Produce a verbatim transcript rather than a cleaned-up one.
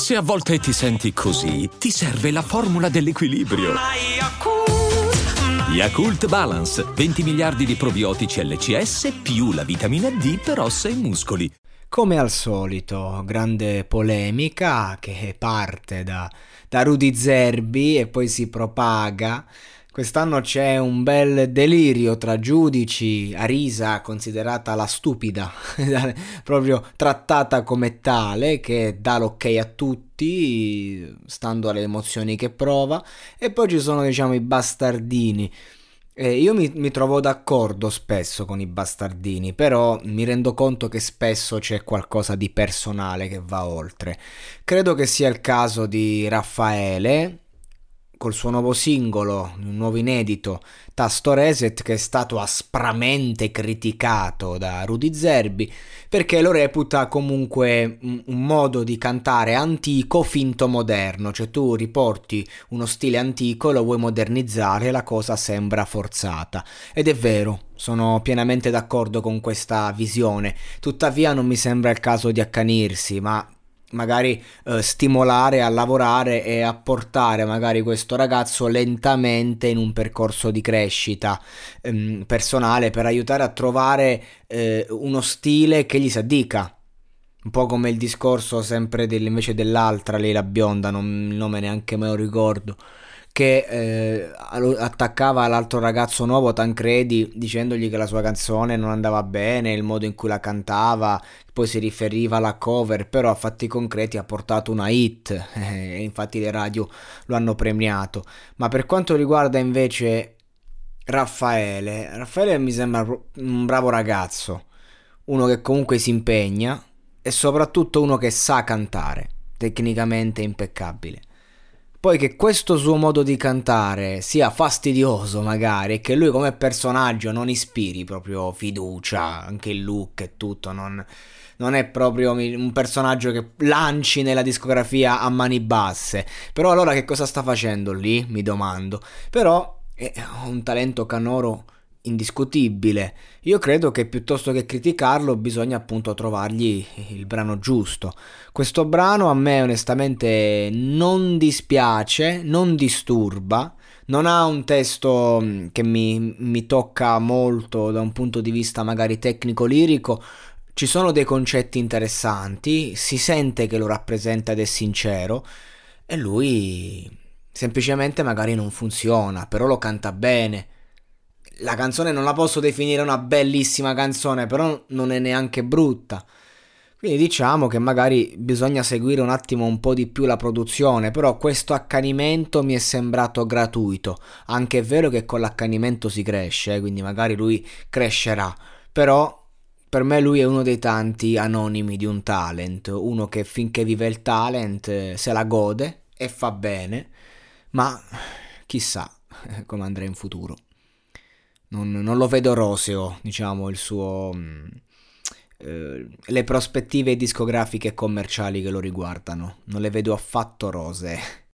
Se a volte ti senti così, ti serve la formula dell'equilibrio. Yakult Balance, venti miliardi di probiotici L C S più la vitamina D per ossa e muscoli. Come al solito, grande polemica che parte da, da Rudy Zerbi e poi si propaga. Quest'anno c'è un bel delirio tra giudici, Arisa considerata la stupida, proprio trattata come tale, che dà l'ok a tutti, stando alle emozioni che prova, e poi ci sono, diciamo, i bastardini. Eh, io mi, mi trovo d'accordo spesso con i bastardini, però mi rendo conto che spesso c'è qualcosa di personale che va oltre. Credo che sia il caso di Raffaele, col suo nuovo singolo, un nuovo inedito, Tasto Reset, che è stato aspramente criticato da Rudy Zerbi perché lo reputa comunque un, un modo di cantare antico finto moderno, cioè tu riporti uno stile antico, lo vuoi modernizzare e la cosa sembra forzata. Ed è vero, sono pienamente d'accordo con questa visione, tuttavia non mi sembra il caso di accanirsi, ma magari eh, stimolare a lavorare e a portare magari questo ragazzo lentamente in un percorso di crescita ehm, personale, per aiutare a trovare eh, uno stile che gli si addica. Un po' come il discorso sempre del, invece dell'altra, lei la bionda, non, il nome neanche me lo ricordo, che eh, attaccava l'altro ragazzo nuovo, Tancredi, dicendogli che la sua canzone non andava bene, il modo in cui la cantava, poi si riferiva alla cover, però a fatti concreti ha portato una hit, e infatti le radio lo hanno premiato. Ma per quanto riguarda invece Raffaele, Raffaele mi sembra un bravo ragazzo, uno che comunque si impegna e soprattutto uno che sa cantare, tecnicamente impeccabile. Poi che questo suo modo di cantare sia fastidioso magari e che lui come personaggio non ispiri proprio fiducia, anche il look e tutto, non, non è proprio un personaggio che lanci nella discografia a mani basse. Però allora che cosa sta facendo lì? Mi domando. Però è un talento canoro indiscutibile. Io credo che piuttosto che criticarlo bisogna appunto trovargli il brano giusto. Questo brano a me onestamente non dispiace, non disturba, non ha un testo che mi, mi tocca molto da un punto di vista magari tecnico-lirico. Ci sono dei concetti interessanti, si sente che lo rappresenta ed è sincero, e lui semplicemente magari non funziona, però lo canta bene. La canzone non la posso definire una bellissima canzone, però non è neanche brutta. Quindi diciamo che magari bisogna seguire un attimo un po' di più la produzione, però questo accanimento mi è sembrato gratuito. Anche è vero che con l'accanimento si cresce, eh, quindi magari lui crescerà, però per me lui è uno dei tanti anonimi di un talent, uno che finché vive il talent eh, se la gode e fa bene, ma chissà eh, come andrà in futuro. Non, non lo vedo roseo, diciamo, il suo eh, le prospettive discografiche e commerciali che lo riguardano. Non le vedo affatto rosee.